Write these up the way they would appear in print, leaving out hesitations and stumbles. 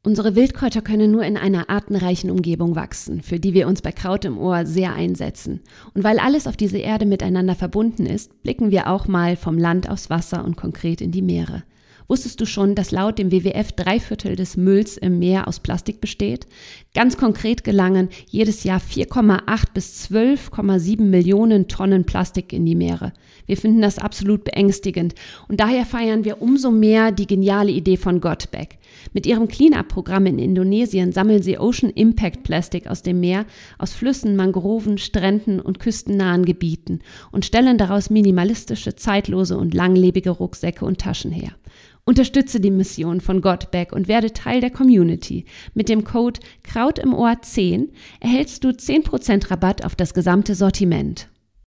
Unsere Wildkräuter können nur in einer artenreichen Umgebung wachsen, für die wir uns bei Kraut im Ohr sehr einsetzen. Und weil alles auf dieser Erde miteinander verbunden ist, blicken wir auch mal vom Land aufs Wasser und konkret in die Meere. Wusstest du schon, dass laut dem WWF 3/4 des Mülls im Meer aus Plastik besteht? Ganz konkret gelangen jedes Jahr 4,8 bis 12,7 Millionen Tonnen Plastik in die Meere. Wir finden das absolut beängstigend und daher feiern wir umso mehr die geniale Idee von GotBack. Mit ihrem Cleanup-Programm in Indonesien sammeln sie Ocean Impact Plastik aus dem Meer, aus Flüssen, Mangroven, Stränden und küstennahen Gebieten und stellen daraus minimalistische, zeitlose und langlebige Rucksäcke und Taschen her. Unterstütze die Mission von GotBack und werde Teil der Community. Mit dem Code KrautImOhr10 erhältst du 10% Rabatt auf das gesamte Sortiment.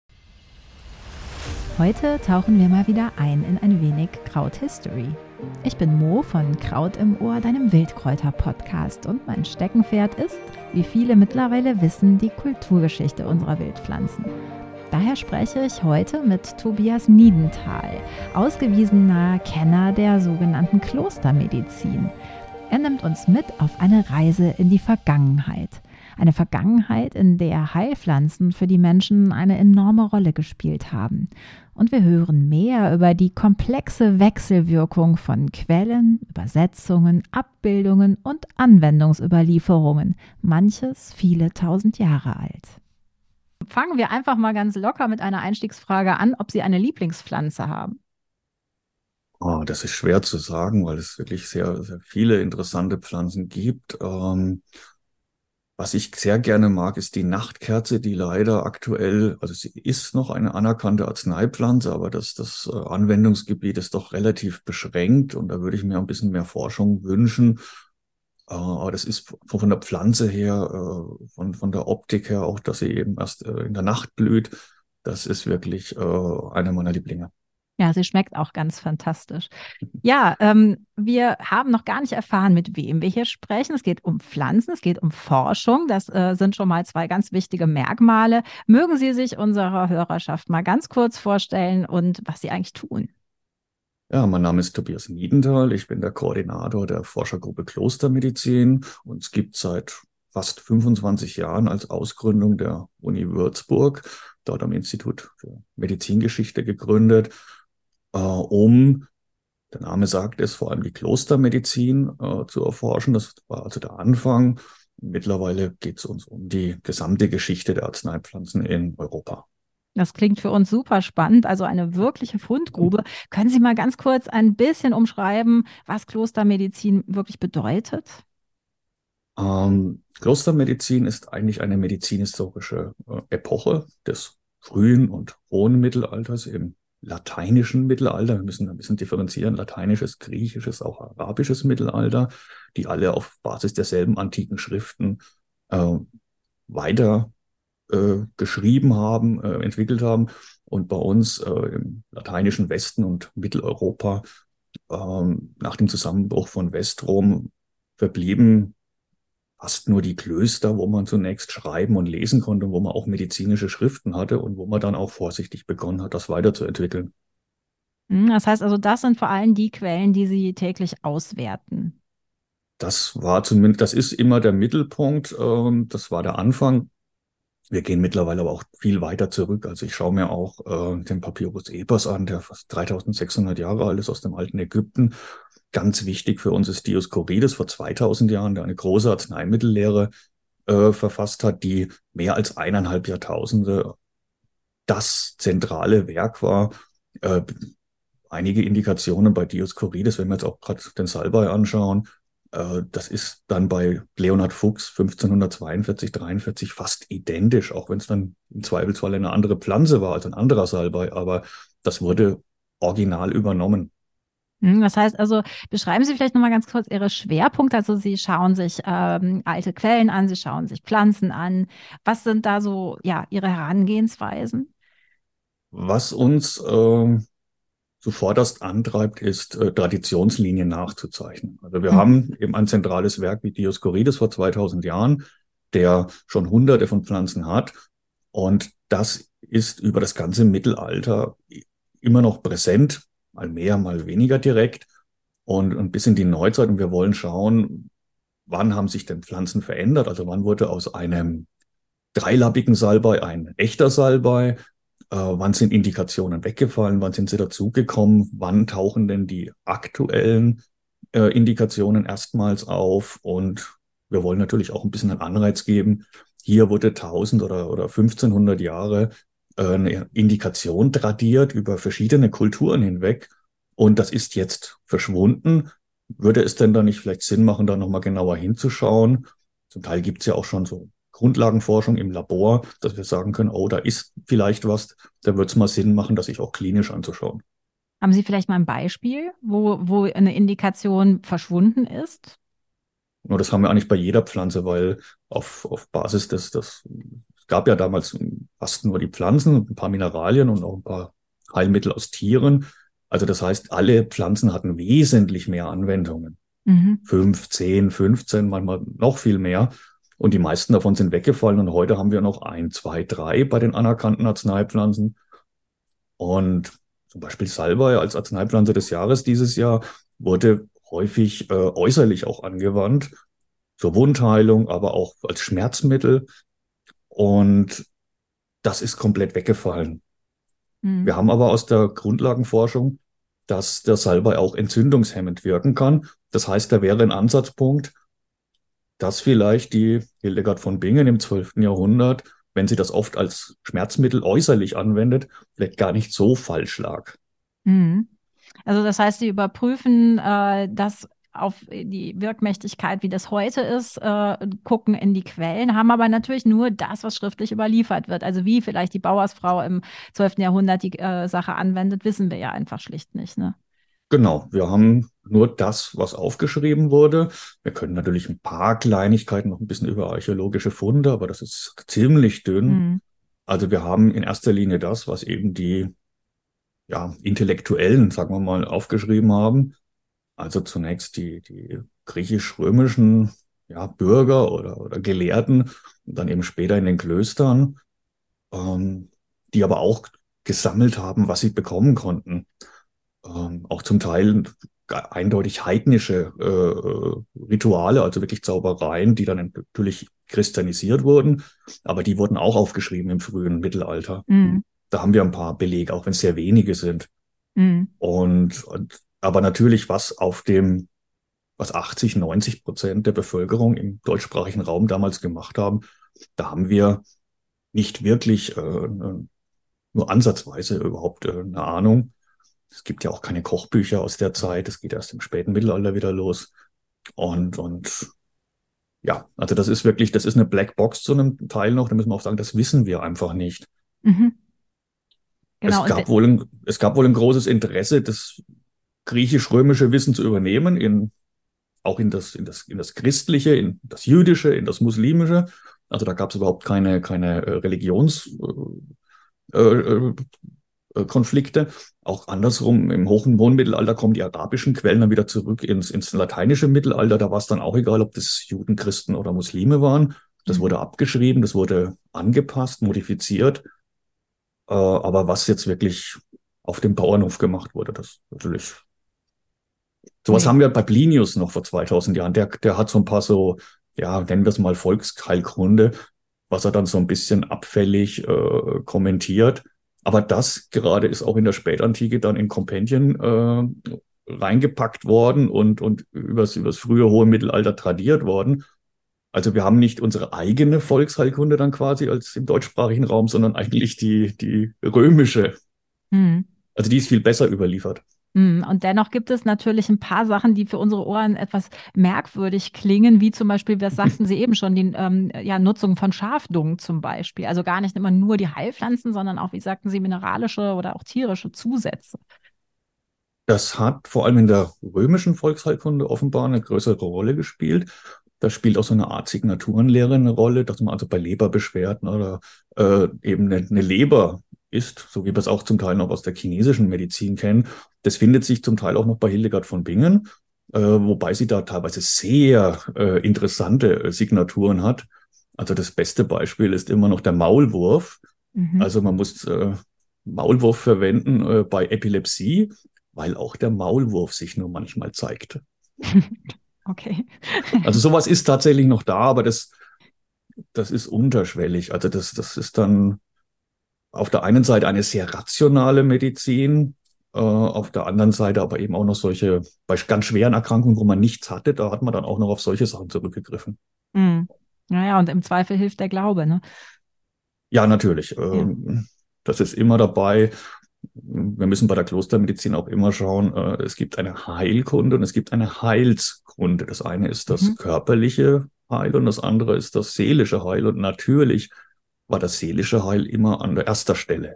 Heute tauchen wir mal wieder ein in ein wenig Kraut-History. Ich bin Mo von Kraut im Ohr, deinem Wildkräuter-Podcast, und mein Steckenpferd ist, wie viele mittlerweile wissen, die Kulturgeschichte unserer Wildpflanzen. Daher spreche ich heute mit Tobias Niedenthal, ausgewiesener Kenner der sogenannten Klostermedizin. Er nimmt uns mit auf eine Reise in die Vergangenheit. Eine Vergangenheit, in der Heilpflanzen für die Menschen eine enorme Rolle gespielt haben. Und wir hören mehr über die komplexe Wechselwirkung von Quellen, Übersetzungen, Abbildungen und Anwendungsüberlieferungen. Manches viele tausend Jahre alt. Fangen wir einfach mal ganz locker mit einer Einstiegsfrage an, ob Sie eine Lieblingspflanze haben. Oh, das ist schwer zu sagen, weil es wirklich sehr, sehr viele interessante Pflanzen gibt. Was ich sehr gerne mag, ist die Nachtkerze, die leider aktuell, also sie ist noch eine anerkannte Arzneipflanze, aber das Anwendungsgebiet ist doch relativ beschränkt und da würde ich mir ein bisschen mehr Forschung wünschen. Aber das ist von der Pflanze her, von der Optik her auch, dass sie eben erst in der Nacht blüht. Das ist wirklich einer meiner Lieblinge. Ja, sie schmeckt auch ganz fantastisch. Ja, wir haben noch gar nicht erfahren, mit wem wir hier sprechen. Es geht um Pflanzen, es geht um Forschung. Das sind schon mal zwei ganz wichtige Merkmale. Mögen Sie sich unserer Hörerschaft mal ganz kurz vorstellen und was Sie eigentlich tun? Ja, mein Name ist Tobias Niedenthal. Ich bin der Koordinator der Forschergruppe Klostermedizin. Uns gibt seit fast 25 Jahren als Ausgründung der Uni Würzburg, dort am Institut für Medizingeschichte gegründet, der Name sagt es, vor allem die Klostermedizin zu erforschen. Das war also der Anfang. Mittlerweile geht es uns um die gesamte Geschichte der Arzneipflanzen in Europa. Das klingt für uns super spannend, also eine wirkliche Fundgrube. Können Sie mal ganz kurz ein bisschen umschreiben, was Klostermedizin wirklich bedeutet? Klostermedizin ist eigentlich eine medizinhistorische Epoche des frühen und hohen Mittelalters im lateinischen Mittelalter. Wir müssen ein bisschen differenzieren, lateinisches, griechisches, auch arabisches Mittelalter, die alle auf Basis derselben antiken Schriften weiter geschrieben haben, entwickelt haben. Und bei uns im lateinischen Westen und Mitteleuropa nach dem Zusammenbruch von Westrom verblieben fast nur die Klöster, wo man zunächst schreiben und lesen konnte, wo man auch medizinische Schriften hatte und wo man dann auch vorsichtig begonnen hat, das weiterzuentwickeln. Das heißt also, das sind vor allem die Quellen, die Sie täglich auswerten. Das ist immer der Mittelpunkt, das war der Anfang. Wir gehen mittlerweile aber auch viel weiter zurück. Also ich schaue mir auch den Papyrus Epos an, der fast 3600 Jahre alt ist, aus dem alten Ägypten. Ganz wichtig für uns ist Dioskurides vor 2000 Jahren, der eine große Arzneimittellehre verfasst hat, die mehr als 1,5 Jahrtausende das zentrale Werk war. Einige Indikationen bei Dioskurides, wenn wir jetzt auch gerade den Salbei anschauen, das ist dann bei Leonhard Fuchs 1542, 43 fast identisch, auch wenn es dann im Zweifelsfall eine andere Pflanze war, also ein anderer Salbei, aber das wurde original übernommen. Das heißt also, beschreiben Sie vielleicht nochmal ganz kurz Ihre Schwerpunkte. Also Sie schauen sich alte Quellen an, Sie schauen sich Pflanzen an. Was sind da so Ihre Herangehensweisen? Was uns zuvorderst antreibt, ist Traditionslinien nachzuzeichnen. Also wir haben eben ein zentrales Werk wie Dioskurides vor 2000 Jahren, der schon Hunderte von Pflanzen hat. Und das ist über das ganze Mittelalter immer noch präsent, mal mehr, mal weniger direkt und bis in die Neuzeit. Und wir wollen schauen, wann haben sich denn Pflanzen verändert? Also wann wurde aus einem dreilappigen Salbei ein echter Salbei? Wann sind Indikationen weggefallen? Wann sind sie dazugekommen? Wann tauchen denn die aktuellen Indikationen erstmals auf? Und wir wollen natürlich auch ein bisschen einen Anreiz geben. Hier wurde 1000 oder 1500 Jahre eine Indikation tradiert über verschiedene Kulturen hinweg. Und das ist jetzt verschwunden. Würde es denn da nicht vielleicht Sinn machen, da nochmal genauer hinzuschauen? Zum Teil gibt es ja auch schon so Grundlagenforschung im Labor, dass wir sagen können, oh, da ist vielleicht was, da wird es mal Sinn machen, das sich auch klinisch anzuschauen. Haben Sie vielleicht mal ein Beispiel, wo eine Indikation verschwunden ist? Nur das haben wir eigentlich bei jeder Pflanze, weil auf Basis es gab ja damals fast nur die Pflanzen, ein paar Mineralien und auch ein paar Heilmittel aus Tieren. Also das heißt, alle Pflanzen hatten wesentlich mehr Anwendungen. Mhm. 5, 10, 15, manchmal noch viel mehr. Und die meisten davon sind weggefallen. Und heute haben wir noch 1, 2, 3 bei den anerkannten Arzneipflanzen. Und zum Beispiel Salbei als Arzneipflanze des Jahres dieses Jahr wurde häufig äußerlich auch angewandt, zur Wundheilung, aber auch als Schmerzmittel. Und das ist komplett weggefallen. Wir Mhm. haben aber aus der Grundlagenforschung, dass der Salbei auch entzündungshemmend wirken kann. Das heißt, da wäre ein Ansatzpunkt, dass vielleicht die Hildegard von Bingen im 12. Jahrhundert, wenn sie das oft als Schmerzmittel äußerlich anwendet, vielleicht gar nicht so falsch lag. Mhm. Also das heißt, Sie überprüfen das auf die Wirkmächtigkeit, wie das heute ist, gucken in die Quellen, haben aber natürlich nur das, was schriftlich überliefert wird. Also wie vielleicht die Bauersfrau im 12. Jahrhundert die Sache anwendet, wissen wir ja einfach schlicht nicht, ne? Genau, wir haben nur das, was aufgeschrieben wurde. Wir können natürlich ein paar Kleinigkeiten noch ein bisschen über archäologische Funde, aber das ist ziemlich dünn. Mhm. Also wir haben in erster Linie das, was eben die Intellektuellen, sagen wir mal, aufgeschrieben haben. Also zunächst die griechisch-römischen Bürger oder Gelehrten und dann eben später in den Klöstern, die aber auch gesammelt haben, was sie bekommen konnten. Auch zum Teil eindeutig heidnische Rituale, also wirklich Zaubereien, die dann natürlich christianisiert wurden, aber die wurden auch aufgeschrieben im frühen Mittelalter. Mhm. Da haben wir ein paar Belege, auch wenn es sehr wenige sind. Mhm. Aber natürlich, was 80, 90% der Bevölkerung im deutschsprachigen Raum damals gemacht haben, da haben wir nicht wirklich nur ansatzweise überhaupt eine Ahnung. Es gibt ja auch keine Kochbücher aus der Zeit. Es geht erst im späten Mittelalter wieder los. Und ja, also das ist eine Blackbox zu einem Teil noch. Da müssen wir auch sagen, das wissen wir einfach nicht. Mhm. Genau, Es gab wohl ein großes Interesse, das griechisch-römische Wissen zu übernehmen, auch in das Christliche, in das Jüdische, in das Muslimische. Also da gab es überhaupt keine Religionskonflikte. Auch andersrum, im hohen Mittelalter kommen die arabischen Quellen dann wieder zurück ins lateinische Mittelalter. Da war es dann auch egal, ob das Juden, Christen oder Muslime waren. Das mhm. wurde abgeschrieben, das wurde angepasst, modifiziert. Aber was jetzt wirklich auf dem Bauernhof gemacht wurde, das natürlich. Sowas Nee. haben wir bei Plinius noch vor 2000 Jahren. Der hat so ein paar nennen wir es mal Volksheilkunde, was er dann so ein bisschen abfällig kommentiert. Aber das gerade ist auch in der Spätantike dann in Kompendien reingepackt worden und übers frühe hohe Mittelalter tradiert worden. Also wir haben nicht unsere eigene Volksheilkunde dann quasi als im deutschsprachigen Raum, sondern eigentlich die römische. Mhm. Also die ist viel besser überliefert. Und dennoch gibt es natürlich ein paar Sachen, die für unsere Ohren etwas merkwürdig klingen, wie zum Beispiel, was sagten Sie eben schon, die Nutzung von Schafdung zum Beispiel. Also gar nicht immer nur die Heilpflanzen, sondern auch, wie sagten Sie, mineralische oder auch tierische Zusätze. Das hat vor allem in der römischen Volksheilkunde offenbar eine größere Rolle gespielt. Da spielt auch so eine Art Signaturenlehre eine Rolle, dass man also bei Leberbeschwerden oder eben eine Leber isst, so wie wir es auch zum Teil noch aus der chinesischen Medizin kennen. Das findet sich zum Teil auch noch bei Hildegard von Bingen, wobei sie da teilweise sehr interessante Signaturen hat. Also das beste Beispiel ist immer noch der Maulwurf. Mhm. Also man muss Maulwurf verwenden bei Epilepsie, weil auch der Maulwurf sich nur manchmal zeigt. Okay. Also sowas ist tatsächlich noch da, aber das ist unterschwellig. Also das ist dann auf der einen Seite eine sehr rationale Medizin, auf der anderen Seite aber eben auch noch solche, bei ganz schweren Erkrankungen, wo man nichts hatte, da hat man dann auch noch auf solche Sachen zurückgegriffen. Mhm. Naja, und im Zweifel hilft der Glaube, ne? Ja, natürlich. Ja. Das ist immer dabei. Wir müssen bei der Klostermedizin auch immer schauen, es gibt eine Heilkunde und es gibt eine Heilskunde. Das eine ist das Mhm. körperliche Heil und das andere ist das seelische Heil. Und natürlich war das seelische Heil immer an der erster Stelle.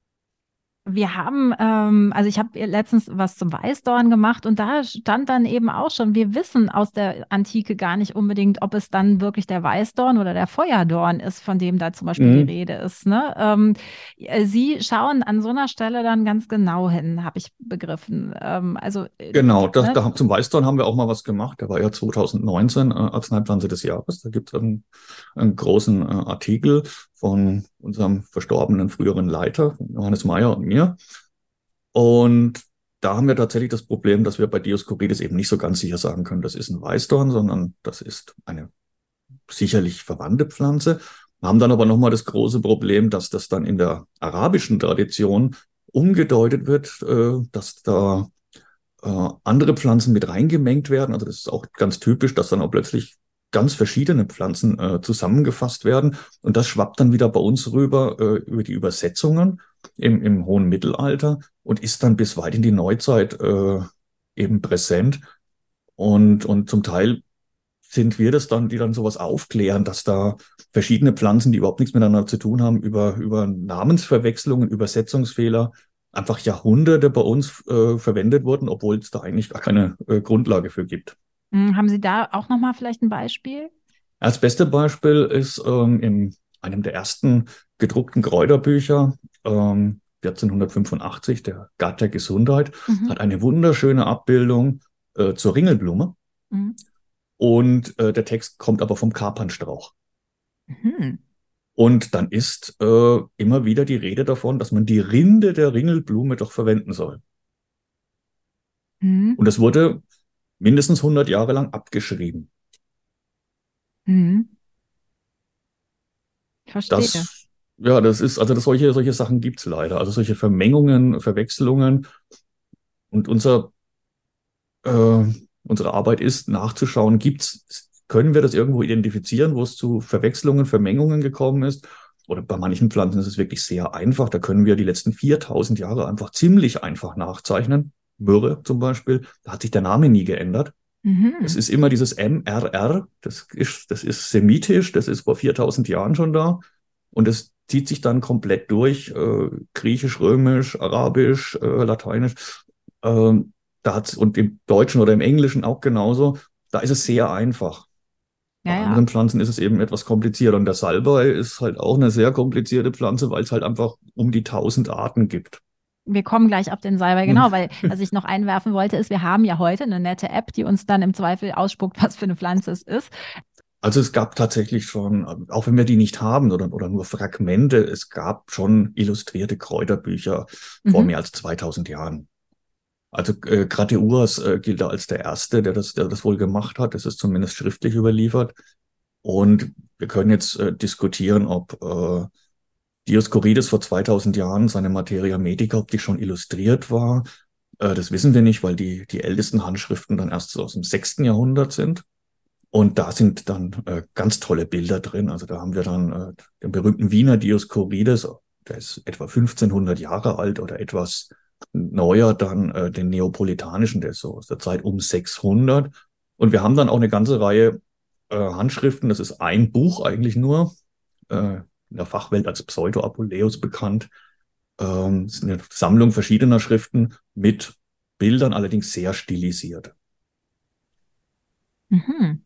Wir haben, also ich habe letztens was zum Weißdorn gemacht und da stand dann eben auch schon, wir wissen aus der Antike gar nicht unbedingt, ob es dann wirklich der Weißdorn oder der Feuerdorn ist, von dem da zum Beispiel die Mhm. Rede ist. Ne? Sie schauen an so einer Stelle dann ganz genau hin, habe ich begriffen. Genau, Ne? zum Weißdorn haben wir auch mal was gemacht. Der war ja 2019 Arzneipflanze des Jahres. Da gibt es einen großen Artikel von unserem verstorbenen früheren Leiter, Johannes Meyer und mir. Und da haben wir tatsächlich das Problem, dass wir bei Dioskurides eben nicht so ganz sicher sagen können, das ist ein Weißdorn, sondern das ist eine sicherlich verwandte Pflanze. Wir haben dann aber nochmal das große Problem, dass das dann in der arabischen Tradition umgedeutet wird, dass da andere Pflanzen mit reingemengt werden. Also das ist auch ganz typisch, dass dann auch plötzlich ganz verschiedene Pflanzen zusammengefasst werden. Und das schwappt dann wieder bei uns rüber über die Übersetzungen im hohen Mittelalter und ist dann bis weit in die Neuzeit eben präsent. Und zum Teil sind wir das dann, die dann sowas aufklären, dass da verschiedene Pflanzen, die überhaupt nichts miteinander zu tun haben, über Namensverwechslungen, Übersetzungsfehler einfach Jahrhunderte bei uns verwendet wurden, obwohl es da eigentlich gar keine Grundlage für gibt. Haben Sie da auch nochmal vielleicht ein Beispiel? Als beste Beispiel ist in einem der ersten gedruckten Kräuterbücher, 1485, der Guard der Gesundheit, Mhm. hat eine wunderschöne Abbildung zur Ringelblume Mhm. und der Text kommt aber vom Kapernstrauch. Mhm. Und dann ist immer wieder die Rede davon, dass man die Rinde der Ringelblume doch verwenden soll. Mhm. Und das wurde mindestens 100 Jahre lang abgeschrieben. Mhm. Ich verstehe. Ja, das ist, also solche Sachen gibt's leider. Also solche Vermengungen, Verwechslungen. Und äh, unsere Arbeit ist, nachzuschauen, können wir das irgendwo identifizieren, wo es zu Verwechslungen, Vermengungen gekommen ist? Oder bei manchen Pflanzen ist es wirklich sehr einfach. Da können wir die letzten 4000 Jahre einfach ziemlich einfach nachzeichnen. Myrrhe zum Beispiel, da hat sich der Name nie geändert. Es Mhm. ist immer dieses MRR, das ist semitisch, das ist vor 4000 Jahren schon da. Und es zieht sich dann komplett durch, griechisch, römisch, arabisch, lateinisch. Und im Deutschen oder im Englischen auch genauso. Da ist es sehr einfach. Bei Ja, ja. anderen Pflanzen ist es eben etwas komplizierter. Und der Salbei ist halt auch eine sehr komplizierte Pflanze, weil es halt einfach um die 1000 Arten gibt. Wir kommen gleich auf den Salbei, genau, weil was ich noch einwerfen wollte, ist, wir haben ja heute eine nette App, die uns dann im Zweifel ausspuckt, was für eine Pflanze es ist. Also es gab tatsächlich schon, auch wenn wir die nicht haben oder nur Fragmente, es gab schon illustrierte Kräuterbücher vor Mhm. mehr als 2000 Jahren. Also Grateuras gilt da als der Erste, der das wohl gemacht hat. Das ist zumindest schriftlich überliefert. Und wir können jetzt diskutieren, ob Dioskurides vor 2000 Jahren seine Materia Medica, ob die schon illustriert war. Das wissen wir nicht, weil die ältesten Handschriften dann erst so aus dem 6. Jahrhundert sind. Und da sind dann ganz tolle Bilder drin. Also da haben wir dann den berühmten Wiener Dioskurides, der ist etwa 1500 Jahre alt oder etwas neuer, dann den neapolitanischen, der ist so aus der Zeit um 600. Und wir haben dann auch eine ganze Reihe Handschriften. Das ist ein Buch eigentlich nur, in der Fachwelt als Pseudo-Apuleius bekannt. Es ist eine Sammlung verschiedener Schriften mit Bildern, allerdings sehr stilisiert. Mhm.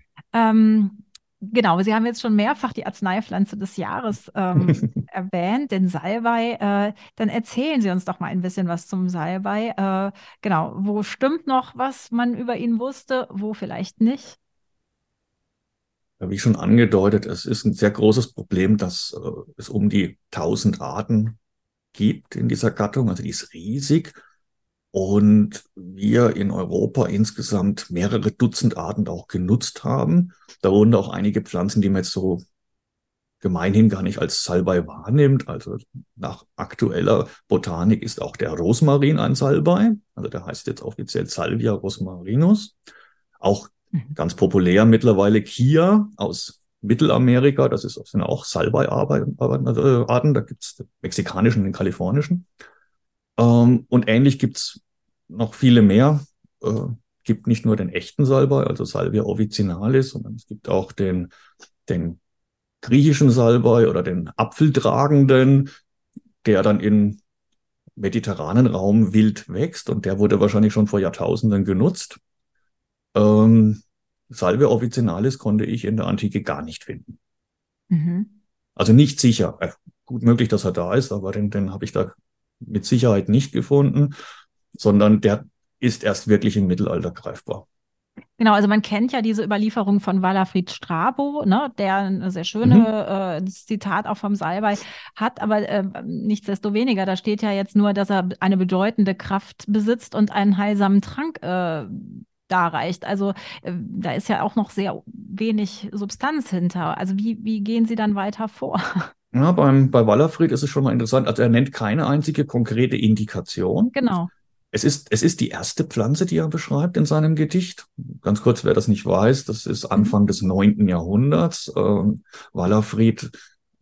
Genau, Sie haben jetzt schon mehrfach die Arzneipflanze des Jahres erwähnt, den Salbei. Dann erzählen Sie uns doch mal ein bisschen was zum Salbei. Genau, wo stimmt noch, was man über ihn wusste, wo vielleicht nicht? Ja, wie schon angedeutet, es ist ein sehr großes Problem, dass es um die 1000 Arten gibt in dieser Gattung. Also die ist riesig. Und wir in Europa insgesamt mehrere Dutzend Arten auch genutzt haben. Darunter auch einige Pflanzen, die man jetzt so gemeinhin gar nicht als Salbei wahrnimmt. Also nach aktueller Botanik ist auch der Rosmarin ein Salbei. Also der heißt jetzt offiziell Salvia rosmarinus. Auch ganz populär mittlerweile Kia aus Mittelamerika. Sind auch Salbei-Arten. Da gibt es den mexikanischen und den kalifornischen. Und ähnlich gibt es noch viele mehr. Gibt nicht nur den echten Salbei, also Salvia officinalis, sondern es gibt auch den griechischen Salbei oder den Apfeltragenden, der dann im mediterranen Raum wild wächst und der wurde wahrscheinlich schon vor Jahrtausenden genutzt. Salvia officinalis konnte ich in der Antike gar nicht finden. Mhm. Also nicht sicher. Gut möglich, dass er da ist, aber den habe ich da mit Sicherheit nicht gefunden, sondern der ist erst wirklich im Mittelalter greifbar. Genau, also man kennt ja diese Überlieferung von Walafrid Strabo, ne, der ein sehr Mhm. schönes Zitat auch vom Salbei hat, aber nichtsdestoweniger, da steht ja jetzt nur, dass er eine bedeutende Kraft besitzt und einen heilsamen Trank darreicht. Also da ist ja auch noch sehr wenig Substanz hinter. Also wie gehen Sie dann weiter vor? Ja, bei Walafrid ist es schon mal interessant. Also er nennt keine einzige konkrete Indikation. Genau. Es ist die erste Pflanze, die er beschreibt in seinem Gedicht. Ganz kurz, wer das nicht weiß, das ist Mhm. Anfang des 9. Jahrhunderts. Walafrid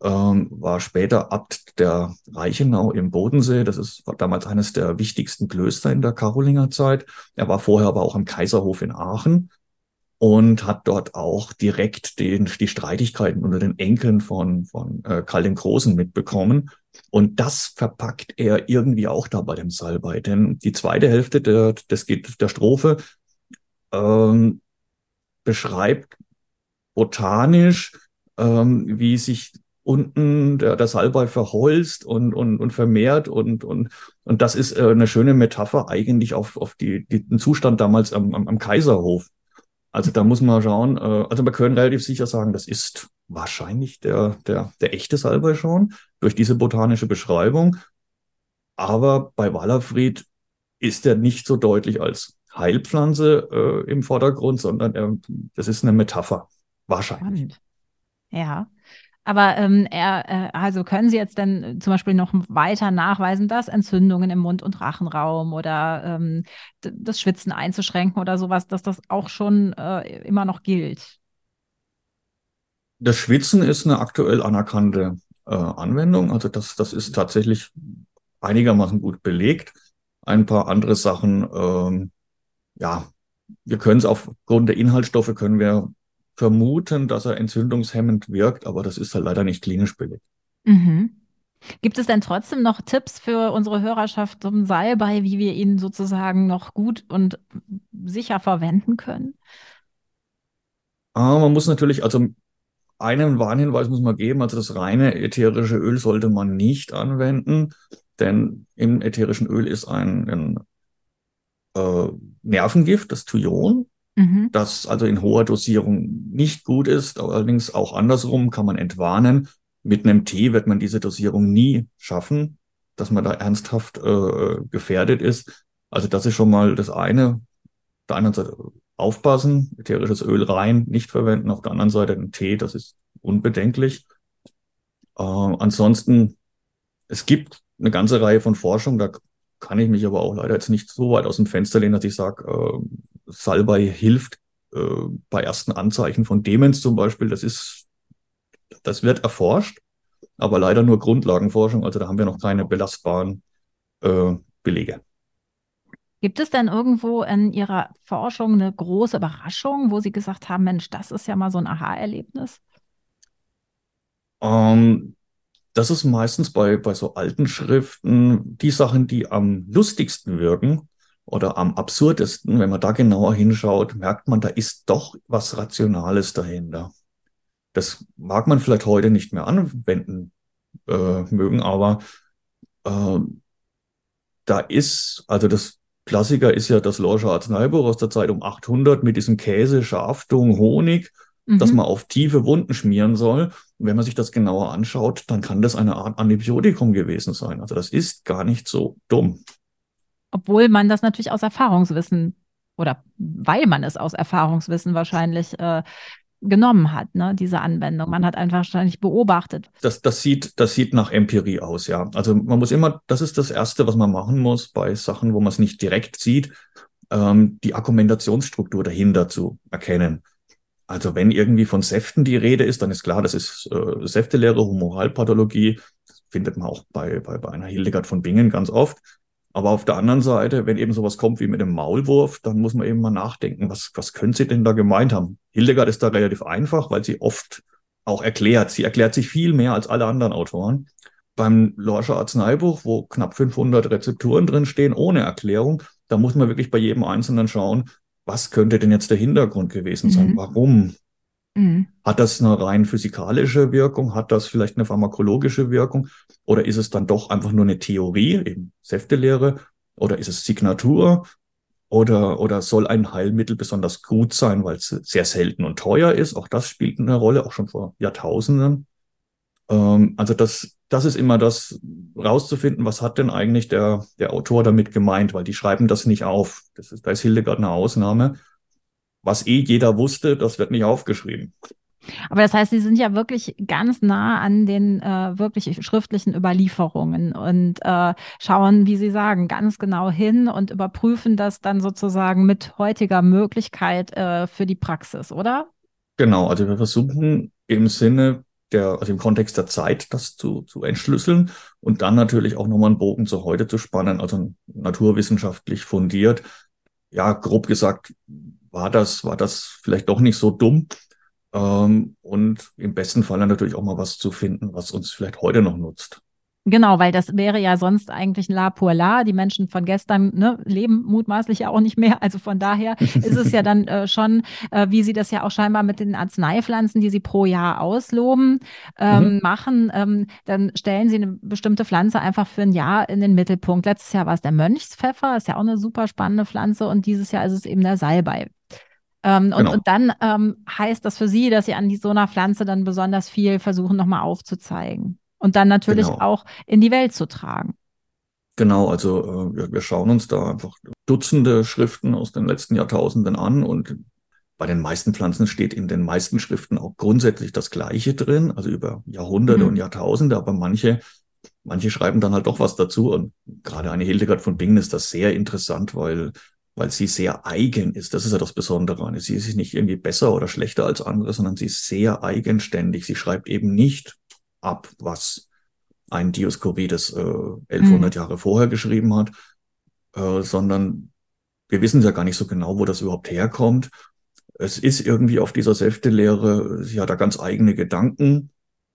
war später Abt der Reichenau im Bodensee. War damals eines der wichtigsten Klöster in der Karolingerzeit. Er war vorher aber auch im Kaiserhof in Aachen und hat dort auch direkt die Streitigkeiten unter den Enkeln von Karl dem Großen mitbekommen. Und das verpackt er irgendwie auch da bei dem Salbei. Denn die zweite Hälfte der Strophe ähm, beschreibt botanisch, wie sich unten der Salbei verholzt und vermehrt. Und das ist eine schöne Metapher eigentlich auf den Zustand damals am Kaiserhof. Also da muss man schauen, also wir können relativ sicher sagen, das ist wahrscheinlich der echte Salbei schon durch diese botanische Beschreibung. Aber bei Walafrid ist er nicht so deutlich als Heilpflanze im Vordergrund, sondern das ist eine Metapher. Wahrscheinlich. Spannend. Ja. Aber also können Sie jetzt denn zum Beispiel noch weiter nachweisen, dass Entzündungen im Mund- und Rachenraum oder das Schwitzen einzuschränken oder sowas, dass das auch schon immer noch gilt? Das Schwitzen ist eine aktuell anerkannte Anwendung. Also das ist tatsächlich einigermaßen gut belegt. Ein paar andere Sachen, ja, wir können es aufgrund der Inhaltsstoffe können wir vermuten, dass er entzündungshemmend wirkt, aber das ist halt leider nicht klinisch belegt. Mhm. Gibt es denn trotzdem noch Tipps für unsere Hörerschaft zum Salbei, wie wir ihn sozusagen noch gut und sicher verwenden können? Aber man muss natürlich, also einen Warnhinweis muss man geben, also das reine ätherische Öl sollte man nicht anwenden, denn im ätherischen Öl ist ein äh, Nervengift, das Thujon, Mhm. das also in hoher Dosierung nicht gut ist. Allerdings auch andersrum kann man entwarnen. Mit einem Tee wird man diese Dosierung nie schaffen, dass man da ernsthaft gefährdet ist. Also das ist schon mal das eine. Auf der anderen Seite aufpassen, ätherisches Öl rein, nicht verwenden. Auf der anderen Seite ein Tee, das ist unbedenklich. Ansonsten, es gibt eine ganze Reihe von Forschung, da kann ich mich aber auch leider jetzt nicht so weit aus dem Fenster lehnen, dass ich sage, Salbei hilft bei ersten Anzeichen von Demenz zum Beispiel. Das wird erforscht, aber leider nur Grundlagenforschung. Also da haben wir noch keine belastbaren Belege. Gibt es denn irgendwo in Ihrer Forschung eine große Überraschung, wo Sie gesagt haben, Mensch, das ist ja mal so ein Aha-Erlebnis? Ähm, Das ist meistens bei so alten Schriften die Sachen, die am lustigsten wirken oder am absurdesten. Wenn man da genauer hinschaut, merkt man, da ist doch was Rationales dahinter. Das mag man vielleicht heute nicht mehr anwenden mögen, aber äh, also das Klassiker ist ja das Lorscher Arzneibuch aus der Zeit um 800 mit diesem Käse, Schaftung, Honig, das man Mhm. auf tiefe Wunden schmieren soll. Und wenn man sich das genauer anschaut, dann kann das eine Art Antibiotikum gewesen sein. Also das ist gar nicht so dumm. obwohl man das natürlich aus Erfahrungswissen oder weil man es aus Erfahrungswissen wahrscheinlich genommen hat, ne, diese Anwendung. Man hat einfach wahrscheinlich beobachtet. Das sieht nach Empirie aus, ja. Also man muss immer, das ist das Erste, was man machen muss bei Sachen, wo man es nicht direkt sieht, die Argumentationsstruktur dahinter zu erkennen. Also wenn irgendwie von Säften die Rede ist, dann ist klar, das ist Säftelehre, Humoralpathologie. Das findet man auch bei einer Hildegard von Bingen ganz oft. Aber auf der anderen Seite, wenn eben sowas kommt wie mit dem Maulwurf, dann muss man eben mal nachdenken, was könnte sie denn da gemeint haben? Hildegard ist da relativ einfach, weil sie oft auch erklärt. Sie erklärt sich viel mehr als alle anderen Autoren. Beim Lorscher Arzneibuch, wo knapp 500 Rezepturen drin stehen, ohne Erklärung, da muss man wirklich bei jedem Einzelnen schauen, was könnte denn jetzt der Hintergrund gewesen sein? Warum? Hat das eine rein physikalische Wirkung? Hat das vielleicht eine pharmakologische Wirkung? Oder ist es dann doch einfach nur eine Theorie, eben Säftelehre? Oder ist es Signatur? Oder soll ein Heilmittel besonders gut sein, weil es sehr selten und teuer ist? Auch das spielt eine Rolle, auch schon vor Jahrtausenden. Also das ist immer das, rauszufinden, was hat denn eigentlich der Autor damit gemeint, weil die schreiben das nicht auf. Da ist Hildegard eine Ausnahme. Was jeder wusste, das wird nicht aufgeschrieben. Aber das heißt, Sie sind ja wirklich ganz nah an den wirklich schriftlichen Überlieferungen und schauen, wie Sie sagen, ganz genau hin und überprüfen das dann sozusagen mit heutiger Möglichkeit für die Praxis, oder? Genau, also wir versuchen im Sinne also im Kontext der Zeit, das zu entschlüsseln und dann natürlich auch nochmal einen Bogen zu heute zu spannen, also naturwissenschaftlich fundiert. Ja, grob gesagt, war das vielleicht doch nicht so dumm. Und im besten Fall dann natürlich auch mal was zu finden, was uns vielleicht heute noch nutzt. Genau, weil das wäre ja sonst eigentlich ein La pour la. Die Menschen von gestern, ne, leben mutmaßlich ja auch nicht mehr. Also von daher ist es ja dann schon, wie Sie das ja auch scheinbar mit den Arzneipflanzen, die Sie pro Jahr ausloben, machen. Dann stellen Sie eine bestimmte Pflanze einfach für ein Jahr in den Mittelpunkt. Letztes Jahr war es der Mönchspfeffer, ist ja auch eine super spannende Pflanze. Und dieses Jahr ist es eben der Salbei. Genau. Und dann heißt das für Sie, dass Sie an so einer Pflanze dann besonders viel versuchen, nochmal aufzuzeigen. Und dann natürlich Genau. auch in die Welt zu tragen. Genau, also wir schauen uns da einfach Dutzende Schriften aus den letzten Jahrtausenden an und bei den meisten Pflanzen steht in den meisten Schriften auch grundsätzlich das Gleiche drin, also über Jahrhunderte und Jahrtausende, aber manche schreiben dann halt doch was dazu und gerade eine Hildegard von Bingen ist das sehr interessant, weil sie sehr eigen ist. Das ist ja das Besondere an ihr. Sie ist nicht irgendwie besser oder schlechter als andere, sondern sie ist sehr eigenständig. Sie schreibt eben nicht ab, was ein Dioskurides 1100 Jahre vorher geschrieben hat, sondern wir wissen ja gar nicht so genau, wo das überhaupt herkommt. Es ist irgendwie auf dieser Säftelehre, sie hat da ganz eigene Gedanken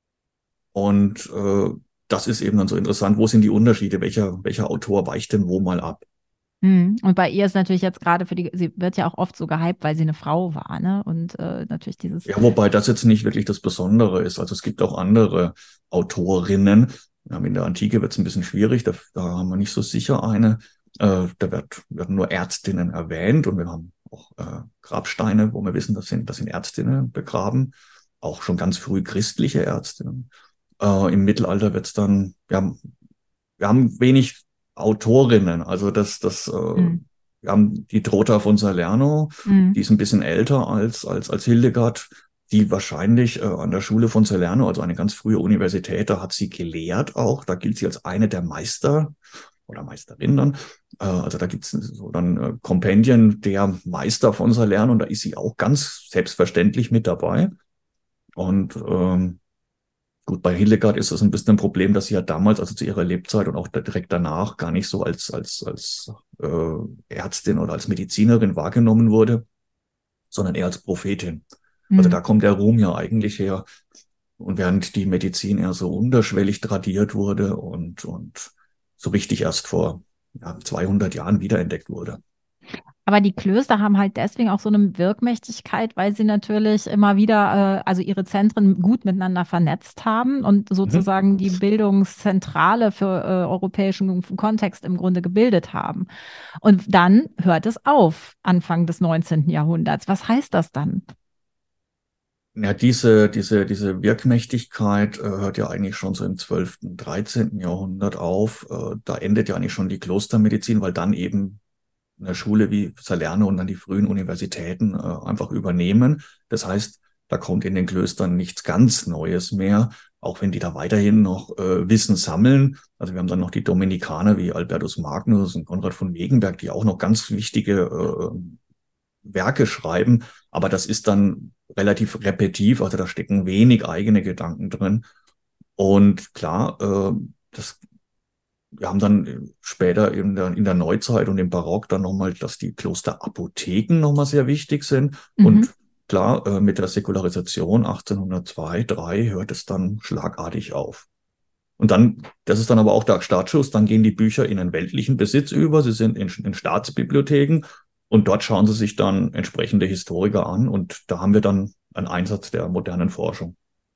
und das ist eben dann so interessant. Wo sind die Unterschiede? Welcher Autor weicht denn wo mal ab? Und bei ihr ist natürlich jetzt gerade sie wird ja auch oft so gehypt, weil sie eine Frau war, ne? Und natürlich dieses. Ja, wobei das jetzt nicht wirklich das Besondere ist. Also es gibt auch andere Autorinnen. In der Antike wird es ein bisschen schwierig, da haben wir nicht so sicher eine. Da werden nur Ärztinnen erwähnt und wir haben auch Grabsteine, wo wir wissen, das sind Ärztinnen begraben. Auch schon ganz früh christliche Ärztinnen. Im Mittelalter wird es dann, wir haben wenig Autorinnen. Also wir haben die Trota von Salerno, die ist ein bisschen älter als Hildegard, die wahrscheinlich an der Schule von Salerno, also eine ganz frühe Universität, da hat sie gelehrt auch. Da gilt sie als eine der Meister oder Meisterin dann. Also da gibt es so dann Kompendien der Meister von Salerno und da ist sie auch ganz selbstverständlich mit dabei. Und gut, bei Hildegard ist das ein bisschen ein Problem, dass sie ja damals, also zu ihrer Lebzeit und auch direkt danach, gar nicht so als Ärztin oder als Medizinerin wahrgenommen wurde, sondern eher als Prophetin. Also da kommt der Ruhm ja eigentlich her. Und während die Medizin eher so unterschwellig tradiert wurde und so richtig erst vor 200 Jahren wiederentdeckt wurde. Aber die Klöster haben halt deswegen auch so eine Wirkmächtigkeit, weil sie natürlich immer wieder, also ihre Zentren gut miteinander vernetzt haben und sozusagen die Bildungszentrale für europäischen Kontext im Grunde gebildet haben. Und dann hört es auf, Anfang des 19. Jahrhunderts. Was heißt das dann? Ja, diese Wirkmächtigkeit hört ja eigentlich schon so im 12., 13. Jahrhundert auf. Da endet ja eigentlich schon die Klostermedizin, weil dann eben eine Schule wie Salerno und dann die frühen Universitäten einfach übernehmen. Das heißt, da kommt in den Klöstern nichts ganz Neues mehr, auch wenn die da weiterhin noch Wissen sammeln. Also wir haben dann noch die Dominikaner wie Albertus Magnus und Konrad von Wegenberg, die auch noch ganz wichtige Werke schreiben, aber das ist dann relativ repetitiv, also da stecken wenig eigene Gedanken drin. Und klar, wir haben dann später in der Neuzeit und im Barock dann nochmal, dass die Klosterapotheken nochmal sehr wichtig sind. Mhm. Und klar, mit der Säkularisation 1802, 3 hört es dann schlagartig auf. Und dann, das ist dann aber auch der Startschuss, dann gehen die Bücher in einen weltlichen Besitz über, sie sind in Staatsbibliotheken und dort schauen sie sich dann entsprechende Historiker an und da haben wir dann einen Einsatz der modernen Forschung.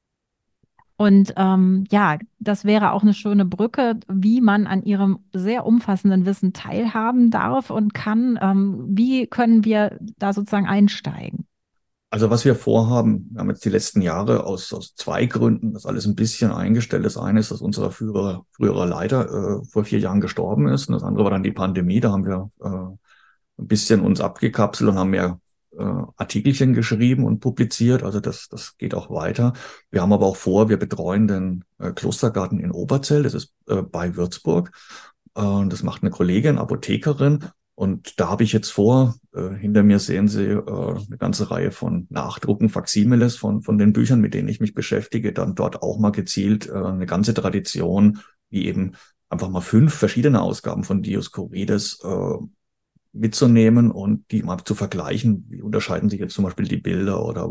Und ja, das wäre auch eine schöne Brücke, wie man an Ihrem sehr umfassenden Wissen teilhaben darf und kann. Wie können wir da sozusagen einsteigen? Also was wir vorhaben, wir haben jetzt die letzten Jahre aus zwei Gründen das alles ein bisschen eingestellt. Das eine ist, dass unser früherer Leiter vor 4 Jahren gestorben ist und das andere war dann die Pandemie. Da haben wir ein bisschen uns abgekapselt und haben mehr Artikelchen geschrieben und publiziert. Also das geht auch weiter. Wir haben aber auch vor, wir betreuen den Klostergarten in Oberzell, das ist bei Würzburg. Das macht eine Kollegin, Apothekerin. Und da habe ich jetzt vor, hinter mir sehen Sie eine ganze Reihe von Nachdrucken, Faksimiles von den Büchern, mit denen ich mich beschäftige, dann dort auch mal gezielt eine ganze Tradition, wie eben einfach mal 5 verschiedene Ausgaben von Dioskurides mitzunehmen und die mal zu vergleichen. Wie unterscheiden sich jetzt zum Beispiel die Bilder oder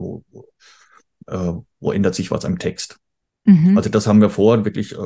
wo ändert sich was am Text? Mhm. Also das haben wir vor, wirklich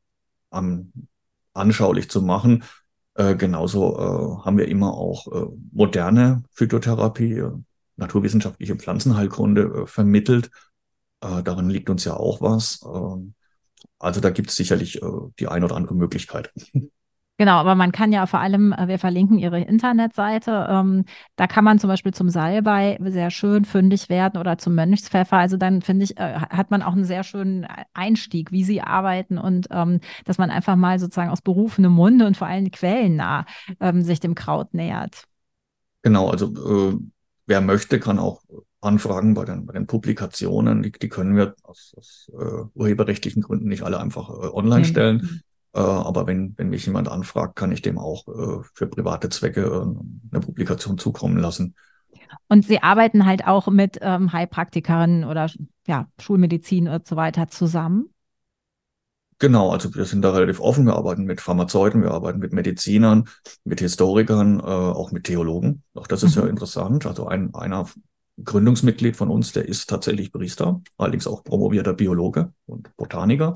anschaulich zu machen. Genauso haben wir immer auch moderne Phytotherapie, naturwissenschaftliche Pflanzenheilkunde vermittelt. Darin liegt uns ja auch was. Also da gibt es sicherlich die ein oder andere Möglichkeit. Genau, aber man kann ja vor allem, wir verlinken Ihre Internetseite, da kann man zum Beispiel zum Salbei sehr schön fündig werden oder zum Mönchspfeffer. Also dann finde ich, hat man auch einen sehr schönen Einstieg, wie Sie arbeiten und dass man einfach mal sozusagen aus berufenem Munde und vor allem quellennah sich dem Kraut nähert. Genau, also wer möchte, kann auch anfragen bei den Publikationen. Die können wir aus urheberrechtlichen Gründen nicht alle einfach online stellen. Nehmen. Aber wenn mich jemand anfragt, kann ich dem auch für private Zwecke eine Publikation zukommen lassen. Und Sie arbeiten halt auch mit Heilpraktikerinnen oder ja, Schulmedizin und so weiter zusammen. Genau, also wir sind da relativ offen. Wir arbeiten mit Pharmazeuten, wir arbeiten mit Medizinern, mit Historikern, auch mit Theologen. Auch das ist ja Mhm. interessant. Also einer Gründungsmitglied von uns, der ist tatsächlich Priester, allerdings auch promovierter Biologe und Botaniker.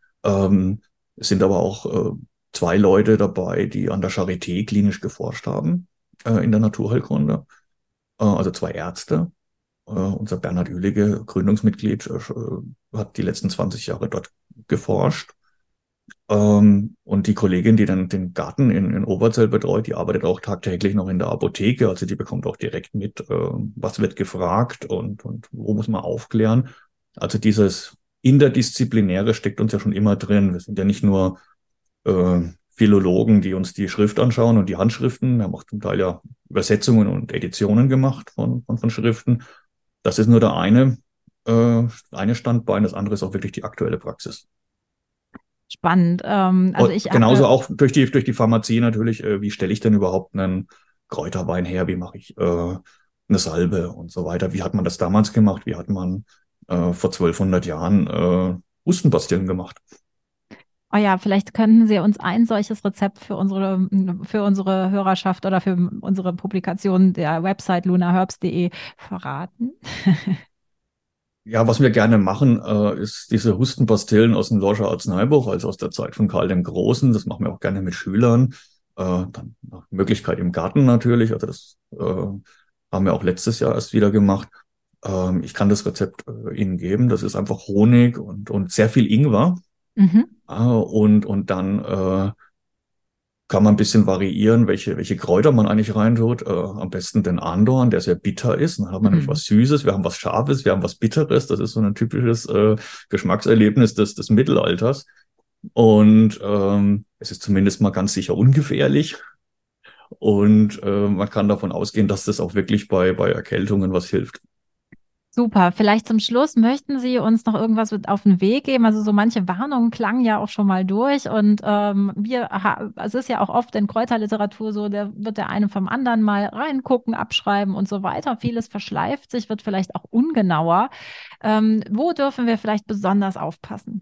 Es sind aber auch 2 Leute dabei, die an der Charité klinisch geforscht haben in der Naturheilkunde. Also 2 Ärzte. Unser Bernhard Oehlige, Gründungsmitglied, hat die letzten 20 Jahre dort geforscht. Und die Kollegin, die dann den Garten in Oberzell betreut, die arbeitet auch tagtäglich noch in der Apotheke. Also die bekommt auch direkt mit, was wird gefragt und wo muss man aufklären. Also dieses Interdisziplinäre steckt uns ja schon immer drin. Wir sind ja nicht nur äh, Philologen, die uns die Schrift anschauen und die Handschriften. Wir haben auch zum Teil ja Übersetzungen und Editionen gemacht von Schriften. Das ist nur eine Standbein, das andere ist auch wirklich die aktuelle Praxis. Spannend. Also Und ich genauso habe auch durch die Pharmazie natürlich, wie stelle ich denn überhaupt einen Kräuterwein her, wie mache ich eine Salbe und so weiter. Wie hat man das damals gemacht? Wie hat man vor 1200 Jahren Hustenpastillen gemacht? Oh ja, vielleicht könnten Sie uns ein solches Rezept für unsere Hörerschaft oder für unsere Publikation der Website lunaherbs.de verraten. Ja, was wir gerne machen, ist diese Hustenpastillen aus dem Lorcher Arzneibuch, also aus der Zeit von Karl dem Großen. Das machen wir auch gerne mit Schülern. Dann nach Möglichkeit im Garten natürlich. Also das haben wir auch letztes Jahr erst wieder gemacht. Ich kann das Rezept Ihnen geben. Das ist einfach Honig und sehr viel Ingwer. Mhm. Und dann kann man ein bisschen variieren, welche Kräuter man eigentlich reintut. Am besten den Andorn, der sehr bitter ist. Dann hat man nämlich was Süßes, wir haben was Scharfes, wir haben was Bitteres. Das ist so ein typisches Geschmackserlebnis des Mittelalters. Und es ist zumindest mal ganz sicher ungefährlich. Und man kann davon ausgehen, dass das auch wirklich bei Erkältungen was hilft. Super. Vielleicht zum Schluss möchten Sie uns noch irgendwas mit auf den Weg geben? Also so manche Warnungen klangen ja auch schon mal durch und es ist ja auch oft in Kräuterliteratur so, da wird der eine vom anderen mal reingucken, abschreiben und so weiter. Vieles verschleift sich, wird vielleicht auch ungenauer. Wo dürfen wir vielleicht besonders aufpassen?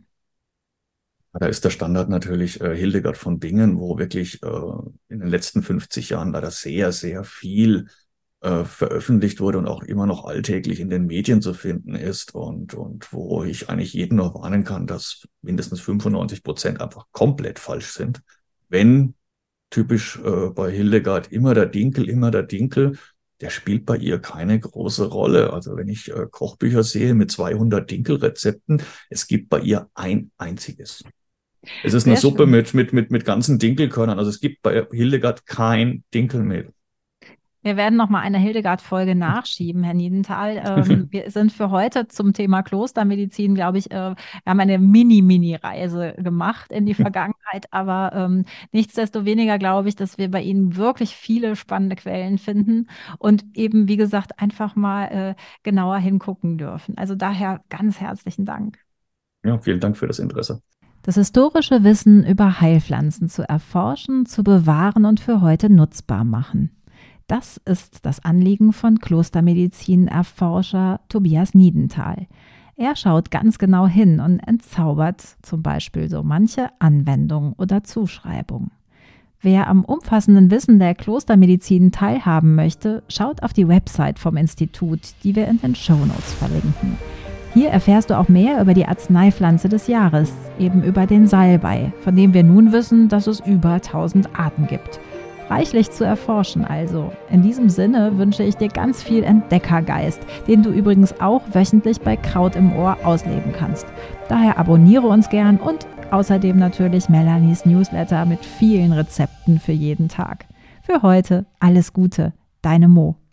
Da ist der Standard natürlich Hildegard von Bingen, wo wirklich in den letzten 50 Jahren leider sehr, sehr viel veröffentlicht wurde und auch immer noch alltäglich in den Medien zu finden ist und wo ich eigentlich jeden nur warnen kann, dass mindestens 95% einfach komplett falsch sind. Wenn typisch bei Hildegard immer der Dinkel, der spielt bei ihr keine große Rolle. Also wenn ich Kochbücher sehe mit 200 Dinkelrezepten, es gibt bei ihr ein einziges. Es ist eine Sehr Suppe schön. mit ganzen Dinkelkörnern. Also es gibt bei Hildegard kein Dinkelmehl. Wir werden noch mal eine Hildegard-Folge nachschieben, Herr Niedenthal. Wir sind für heute zum Thema Klostermedizin, glaube ich, wir haben eine Mini-Reise gemacht in die Vergangenheit, aber nichtsdestoweniger glaube ich, dass wir bei Ihnen wirklich viele spannende Quellen finden und eben, wie gesagt, einfach mal genauer hingucken dürfen. Also daher ganz herzlichen Dank. Ja, vielen Dank für das Interesse. Das historische Wissen über Heilpflanzen zu erforschen, zu bewahren und für heute nutzbar machen. Das ist das Anliegen von Klostermedizin-Erforscher Tobias Niedenthal. Er schaut ganz genau hin und entzaubert zum Beispiel so manche Anwendung oder Zuschreibung. Wer am umfassenden Wissen der Klostermedizin teilhaben möchte, schaut auf die Website vom Institut, die wir in den Shownotes verlinken. Hier erfährst du auch mehr über die Arzneipflanze des Jahres, eben über den Salbei, von dem wir nun wissen, dass es über 1000 Arten gibt. Reichlich zu erforschen also. In diesem Sinne wünsche ich dir ganz viel Entdeckergeist, den du übrigens auch wöchentlich bei Kraut im Ohr ausleben kannst. Daher abonniere uns gern und außerdem natürlich Melanies Newsletter mit vielen Rezepten für jeden Tag. Für heute alles Gute, deine Mo.